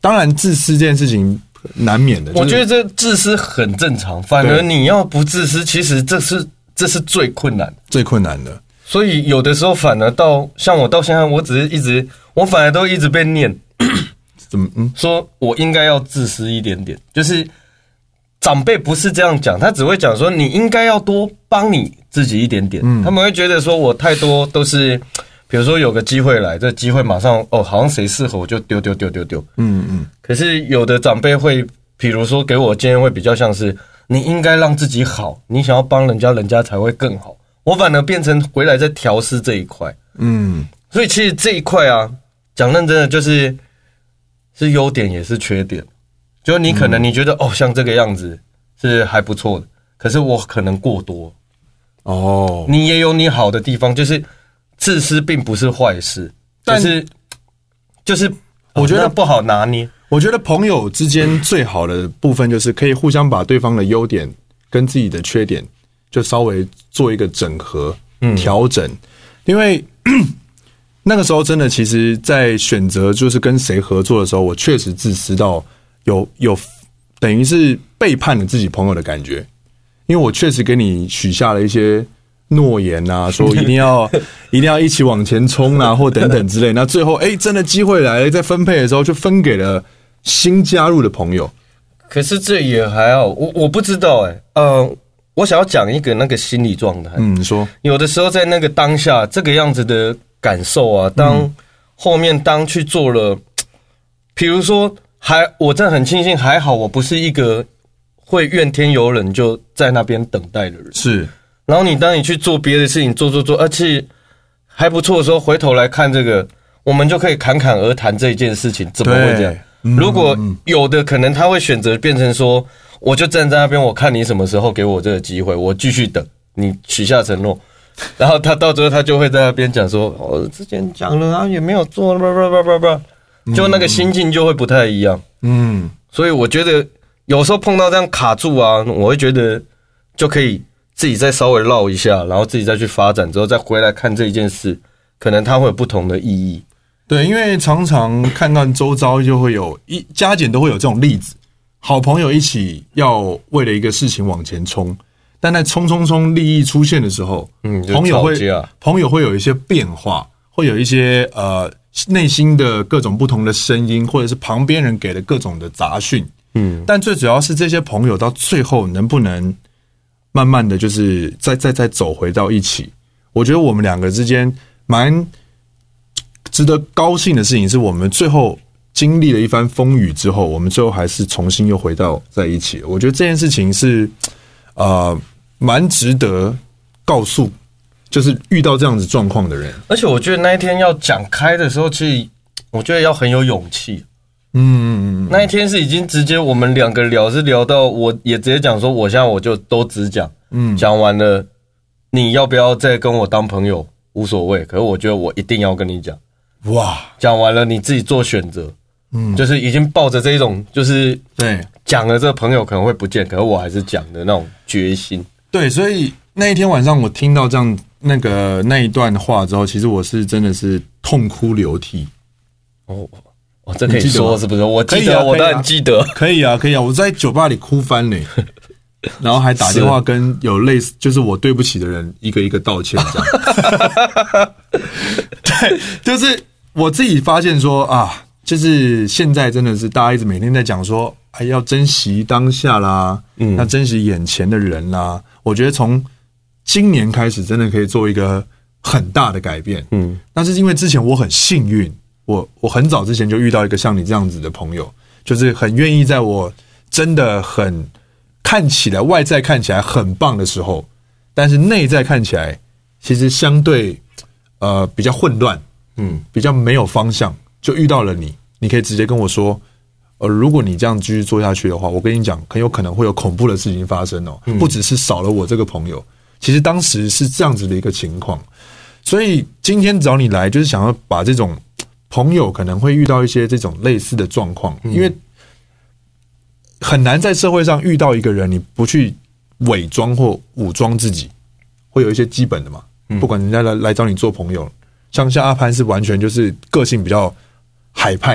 当然自私这件事情难免的， 我觉得这自私很正常，反而你要不自私，其实这是这是最困难、 最困难的。 所以有的时候反而到像我到现在，我只是一直，我反而都一直被念， 怎么嗯， 说我应该要自私一点点，就是长辈不是这样讲，他只会讲说你应该要多帮你自己一点点，嗯，他们会觉得说我太多都是。比如说有个机会来，这机会马上哦，好像谁适合我就丢丢丢丢丢，嗯嗯。可是有的长辈会，比如说给我建议会比较像是，你应该让自己好，你想要帮人家，人家才会更好。我反而变成回来在调试这一块，嗯。所以其实这一块啊，讲认真的就是是优点也是缺点，就你可能你觉得、嗯、哦像这个样子是还不错的，可是我可能过多哦，你也有你好的地方，就是。自私并不是坏事，但是就是我觉得不好拿捏。 我觉得朋友之间最好的部分就是可以互相把对方的优点跟自己的缺点就稍微做一个整合、调整。因为那个时候真的，其实在选择就是跟谁合作的时候，我确实自私到有有等于是背叛了自己朋友的感觉，因为我确实给你许下了一些。诺言啊，说一定要一定要一起往前冲啊，或等等之类。那最后，哎、欸，真的机会来了，在分配的时候就分给了新加入的朋友。 可是这也还好，我我不知道哎、欸，呃，我想要讲一个那个心理状态。 嗯，你说有的时候在那个当下这个样子的感受啊，当后面当去做了，比如说还我真的很庆幸，还好我不是一个会怨天尤人就在那边等待的人。 是。 然后你当你去做别的事情，做做做，而且还不错的时候，回头来看这个，我们就可以侃侃而谈这一件事情，怎么会这样？嗯、如果有的可能他会选择变成说，我就站在那边，我看你什么时候给我这个机会，我继续等你许下承诺，然后他到最后他就会在那边讲说，我、哦、之前讲了啊，也没有做，叭叭叭叭叭，就那个心境就会不太一样。嗯，所以我觉得有时候碰到这样卡住啊，我会觉得就可以。自己再稍微绕一下，然后自己再去发展之后，再回来看这一件事，可能它会有不同的意义。 对，因为常常看看周遭就会有一加减都会有这种例子，好朋友一起要为了一个事情往前冲，但在冲冲冲利益出现的时候，嗯，朋友会朋友会有一些变化，会有一些呃内心的各种不同的声音，或者是旁边人给的各种的杂讯，嗯，但最主要是这些朋友到最后能不能。慢慢的就是再再再走回到一起，我觉得我们两个之间蛮值得高兴的事情是我们最后经历了一番风雨之后，我们最后还是重新又回到在一起。我觉得这件事情是呃蛮值得告诉，就是遇到这样子状况的人。 而且我觉得那一天要讲开的时候，其实我觉得要很有勇气。嗯，那一天是已经直接我们两个聊是聊到，我也直接讲说，我现在我就都只讲，嗯，讲完了，你要不要再跟我当朋友无所谓，可是我觉得我一定要跟你讲，哇，讲完了你自己做选择，嗯，就是已经抱着这一种就是对讲了这个朋友可能会不见，可是我还是讲的那种决心。 对，所以那一天晚上我听到这样那个那一段话之后，其实我是真的是痛哭流涕。 哦。哦，这可以说是不是？我记得，我当然记得。 可以啊，可以啊，我在酒吧里哭翻了，然后还打电话跟有类似就是我对不起的人一个一个道歉，这样。对，就是我自己发现说啊，就是现在真的是大家一直每天在讲说，哎，要珍惜当下啦，嗯，要珍惜眼前的人啦。我觉得从今年开始，真的可以做一个很大的改变。嗯，但是因为之前我很幸运。我我很早之前就遇到一个像你这样子的朋友，就是很愿意在我真的很看起来外在看起来很棒的时候，但是内在看起来其实相对呃比较混乱，嗯，比较没有方向，就遇到了你，你可以直接跟我说，呃，如果你这样继续做下去的话，我跟你讲，很有可能会有恐怖的事情发生哦，不只是少了我这个朋友，其实当时是这样子的一个情况，所以今天找你来，就是想要把这种。朋友可能会遇到一些这种类似的状况，因为很难在社会上遇到一个人，你不去伪装或武装自己，会有一些基本的嘛。不管人家来来找你做朋友，像像阿潘是完全就是个性比较海派一点，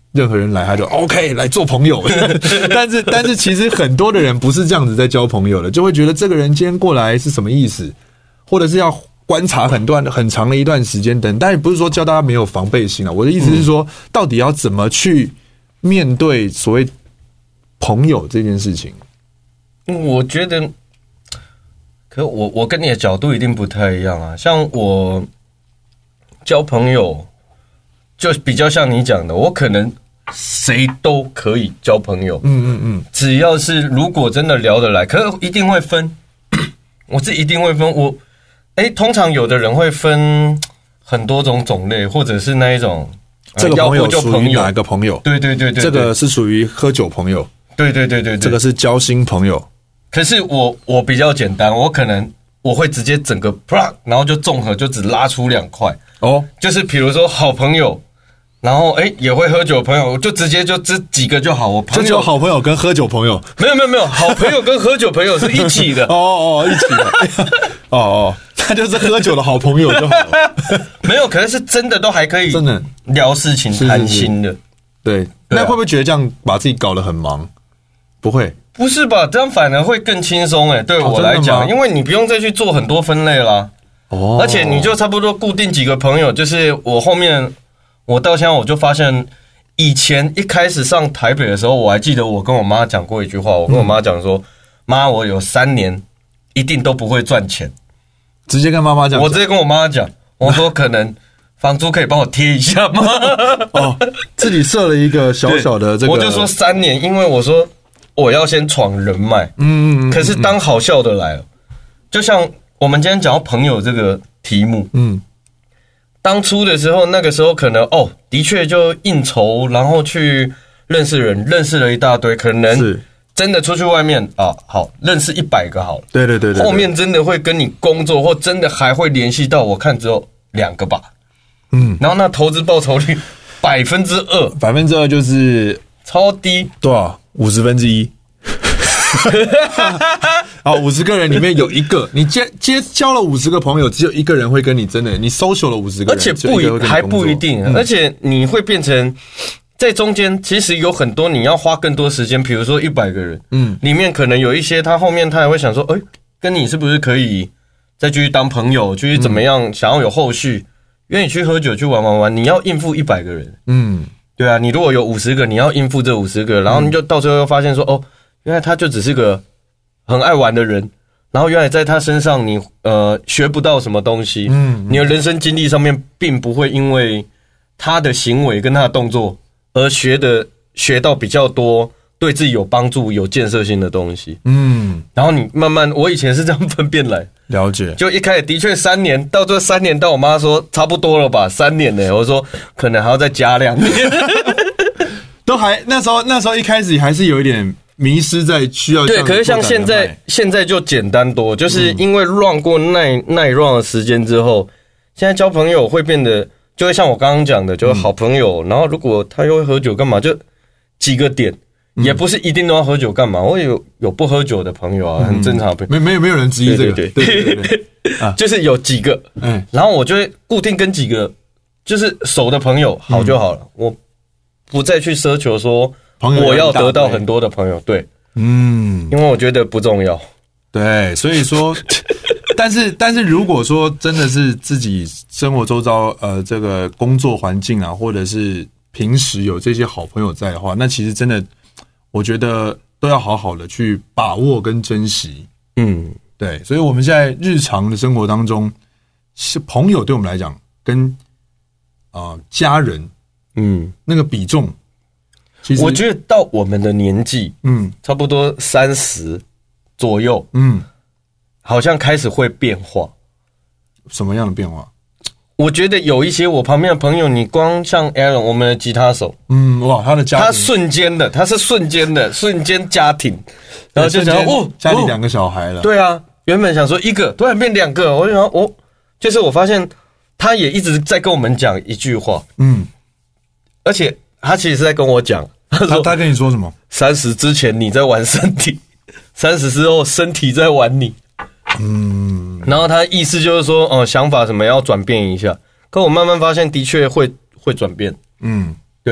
任何人来他就 OK 来做朋友。但是但是其实很多的人不是这样子在交朋友的，就会觉得这个人今天过来是什么意思，或者是要观察很段很长的一段时间等。但也不是说叫大家没有防备心啊，我的意思是说，到底要怎么去面对所谓朋友这件事情？ 我觉得，可我我跟你的角度一定不太一样啊。像我交朋友，就比较像你讲的，我可能谁都可以交朋友，嗯嗯嗯，只要是如果真的聊得来，可是一定会分，我是一定会分。我，哎，通常有的人会分很多种种类，或者是那一种， 这个朋友属于哪一个朋友？ 对对对对， 这个是属于喝酒朋友， 对对对对， 这个是交心朋友。 可是我我比较简单，我可能我会直接整个啪，然后就综合就只拉出两块哦，就是比如说好朋友，然后哎也会喝酒的朋友，就直接就这几个就好。我朋友就只有好朋友跟喝酒朋友， 没有没有没有，好朋友跟喝酒朋友是一起的。 哦哦，一起的。哦哦，那就是喝酒的好朋友就好了。 没有，可能是真的都还可以，真的聊事情谈心的。是是是对，那会不会觉得这样把自己搞得很忙？不会。 不是吧？这样反而会更轻松诶，对我来讲，因为你不用再去做很多分类啦。哦，而且你就差不多固定几个朋友，就是我后面我到现在我就发现，以前一开始上台北的时候，我还记得我跟我妈讲过一句话，我跟我妈讲说：“妈，我有三年一定都不会赚钱。” 直接跟妈妈讲， 我直接跟我妈讲，我说可能房租可以帮我贴一下吗？ 哦，自己设了一个小小的这个， 我就说三年，因为我说。我要先闯人脉，嗯嗯，可是当好笑的来了，就像我们今天讲到朋友这个题目，嗯，当初的时候，那个时候可能哦，的确就应酬，然后去认识人，认识了一大堆，可能是真的出去外面啊，好认识一百个好了， 对对对对， 后面真的会跟你工作，或真的还会联系到，我看只有两个吧，嗯，然后那投资报酬率百分之二， 百分之二就是超低， 多少？五十分之一，好，五十个人里面有一个，你接接交了五十个朋友，只有一个人会跟你真的，你 social 了五十个人， 而且不一还不一定，嗯、而且你会变成在中间，其实有很多你要花更多时间，比如说一百个人，嗯，里面可能有一些他后面他还会想说，哎、欸，跟你是不是可以再继续当朋友，继续怎么样，嗯、想要有后续，愿意去喝酒去玩玩玩，你要应付一百个人，嗯。对啊，你如果有五十个，你要应付这五十个，然后你就到最后又发现说，哦，原来他就只是个很爱玩的人，然后原来在他身上你呃学不到什么东西，嗯，你的人生经历上面并不会因为他的行为跟他的动作而学的学到比较多对自己有帮助、有建设性的东西，嗯，然后你慢慢，我以前是这样分辨来。 了解， 就一开始的确三年，到这三年，到我妈说差不多了吧，三年呢，我说可能还要再加两年， 都还那时候那时候一开始还是有一点迷失在需要对，可是像现在现在就简单多，就是因为 run 过那那 run 的时间之后，现在交朋友会变得就会像我刚刚讲的，就是好朋友，然后如果他又会喝酒干嘛，就几个点。也不是一定都要喝酒干嘛，我有有不喝酒的朋友啊，很正常的朋友。 没没有没有人质疑这个， 对对对对对对，啊，就是有几个，嗯，然后我就会固定跟几个就是熟的朋友好就好了，我不再去奢求说我要得到很多的朋友，对，嗯，因为我觉得不重要， 对，所以说，但是但是如果说真的是自己生活周遭呃这个工作环境啊，或者是平时有这些好朋友在的话，那其实真的。我觉得都要好好的去把握跟珍惜，嗯，对，所以我们现在日常的生活当中，是朋友对我们来讲，跟啊、呃、家人，嗯，那个比重， 其实我觉得到我们的年纪，嗯，差不多三十左右，嗯，好像开始会变化。 什么样的变化？ 我觉得有一些我旁边的朋友，你光像 Alan 我们的吉他手， 嗯，哇，他的家庭， 他瞬间的，他是瞬间的，瞬间家庭，然后就想哦， 家里两个小孩了， 对啊，原本想说一个，突然变两个，我就想哦，就是我发现他也一直在跟我们讲一句话，嗯，而且他其实是在跟我讲， 他说他跟你说什么？ 三十之前你在玩身体，三十之后身体在玩你。嗯，然后他意思就是说，哦、呃，想法什么要转变一下。可我慢慢发现，的确会会转变。嗯，对啊，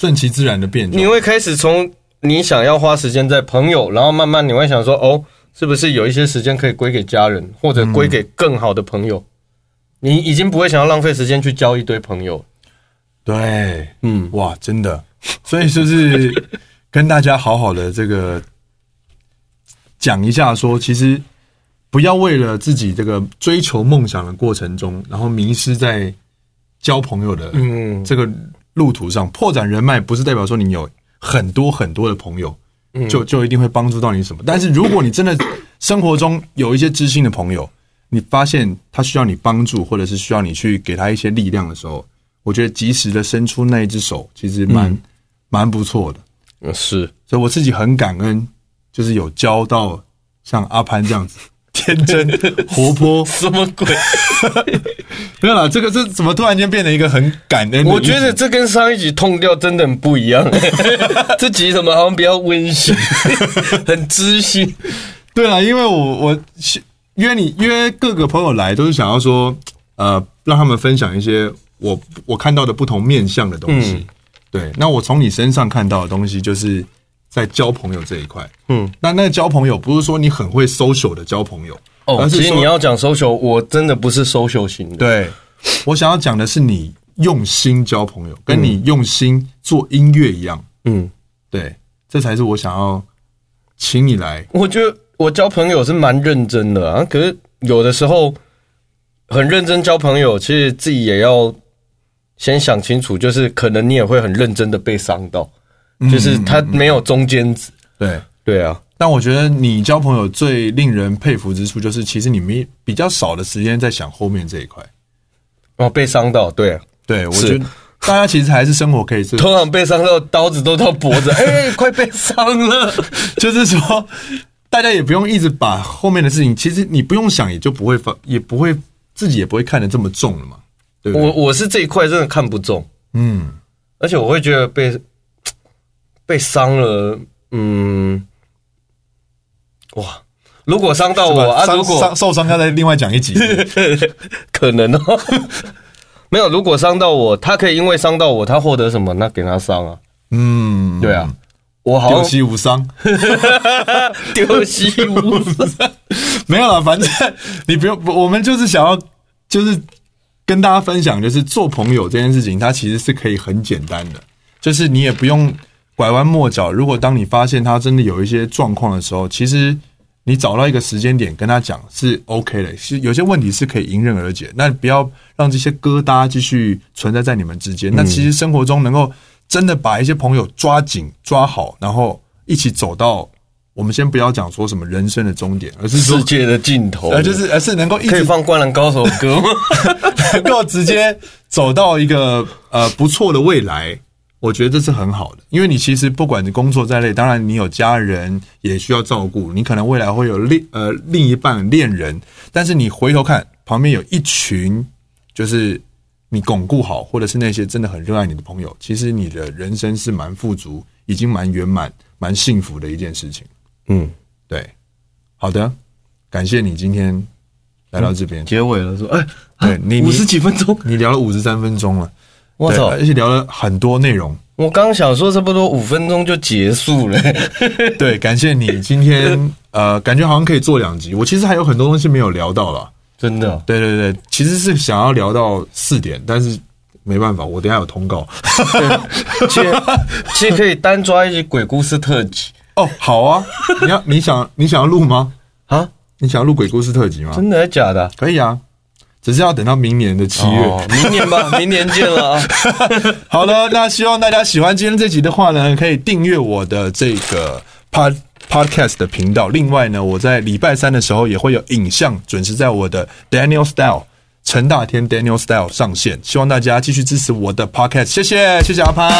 顺其自然的变。 你会开始从你想要花时间在朋友，然后慢慢你会想说，哦，是不是有一些时间可以归给家人，或者归给更好的朋友？嗯、你已经不会想要浪费时间去交一堆朋友。 对，嗯，哇，真的，所以就是跟大家好好的这个讲一下说，其实不要为了自己这个追求梦想的过程中，然后迷失在交朋友的这个路途上。扩展人脉不是代表说你有很多很多的朋友，就就一定会帮助到你什么。但是如果你真的生活中有一些知心的朋友，你发现他需要你帮助，或者是需要你去给他一些力量的时候，我觉得及时的伸出那一只手，其实蛮蛮、嗯、不错的。 嗯，是， 所以我自己很感恩，就是有交到像阿潘这样子天真活泼。 什么鬼？ 没有啦，这个这怎么突然间变成一个很感恩的？ 我觉得这跟上一集痛调真的很不一样。这集怎么好像比较温馨，很知心？ 对啦，因为我我约你约各个朋友来，都是想要说，呃，让他们分享一些我我看到的不同面向的东西。嗯、对，那我从你身上看到的东西，就是在交朋友这一块。嗯，那那个交朋友不是说你很会 social 的交朋友。 哦，其实你要讲 social， 我真的不是 social 型的。 对，我想要讲的是你用心交朋友，跟你用心做音乐一样。嗯，对，这才是我想要请你来。 我觉得我交朋友是蛮认真的啊，可是有的时候很认真交朋友，其实自己也要先想清楚，就是可能你也会很认真的被伤到，就是他没有中间值。 对对啊。 但我觉得你交朋友最令人佩服之处，就是其实你们比较少的时间在想后面这一块。 哦，被伤到，对啊， 对，我觉得大家其实还是生活可以。 通常被伤到，刀子都到脖子，哎、欸，快被伤了。 就是说，大家也不用一直把后面的事情，其实你不用想，也就不会发，也不会自己也不会看得这么重了嘛。对不对？ 我我是这一块真的看不重，嗯，而且我会觉得被被伤了，嗯。哇！如果伤到我啊，如果受伤要再另外讲一集， 可能哦。没有，如果伤到我，他可以因为伤到我，他获得什么？那给他伤啊。嗯，对啊，我好丢西无伤， 丢西无伤。 没有了，反正你不用，我们就是想要，就是跟大家分享，就是做朋友这件事情，它其实是可以很简单的，就是你也不用拐弯抹角。如果当你发现他真的有一些状况的时候，其实你找到一个时间点跟他讲是 OK 的，是有些问题是可以迎刃而解。那不要让这些疙瘩继续存在在你们之间。那其实生活中能够真的把一些朋友抓紧抓好，然后一起走到我们先不要讲说什么人生的终点，而是说世界的尽头， 而就是而是能够一直可以放《灌篮高手》歌吗？ 能够直接走到一个呃不错的未来。我觉得这是很好的，因为你其实不管你工作再累，当然你有家人也需要照顾，你可能未来会有另呃另一半恋人，但是你回头看旁边有一群就是你巩固好，或者是那些真的很热爱你的朋友，其实你的人生是蛮富足，已经蛮圆满、蛮幸福的一件事情。嗯，对，好的，感谢你今天来到这边， 嗯、结尾了说，哎， 对你五十几分钟， 你聊了五十三分钟了。 我操！ 而且聊了很多内容。 我刚想说，差不多五分钟就结束了。 对，感谢你今天呃，感觉好像可以做两集。我其实还有很多东西没有聊到啦， 真的。 对对对，其实是想要聊到四点，但是没办法，我等一下有通告。 其实其实可以单抓一集鬼故事特辑。 哦，好啊，你要你想你想要录吗？ 啊， 你想要录鬼故事特辑吗？ 真的还假的？ 可以啊。只是要等到明年的七月、 哦，明年吧，明年见了啊！ 好了，那希望大家喜欢今天这集的话呢，可以订阅我的这个 pod podcast 的频道。另外呢，我在礼拜三的时候也会有影像准时在我的 Daniel Style 陈大天 Daniel Style 上线。希望大家继续支持我的 podcast， 谢谢，谢谢阿潘，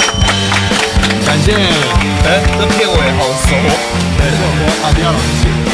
感谢。 哎，这片尾好熟， 对，是我阿迪亚老师写的。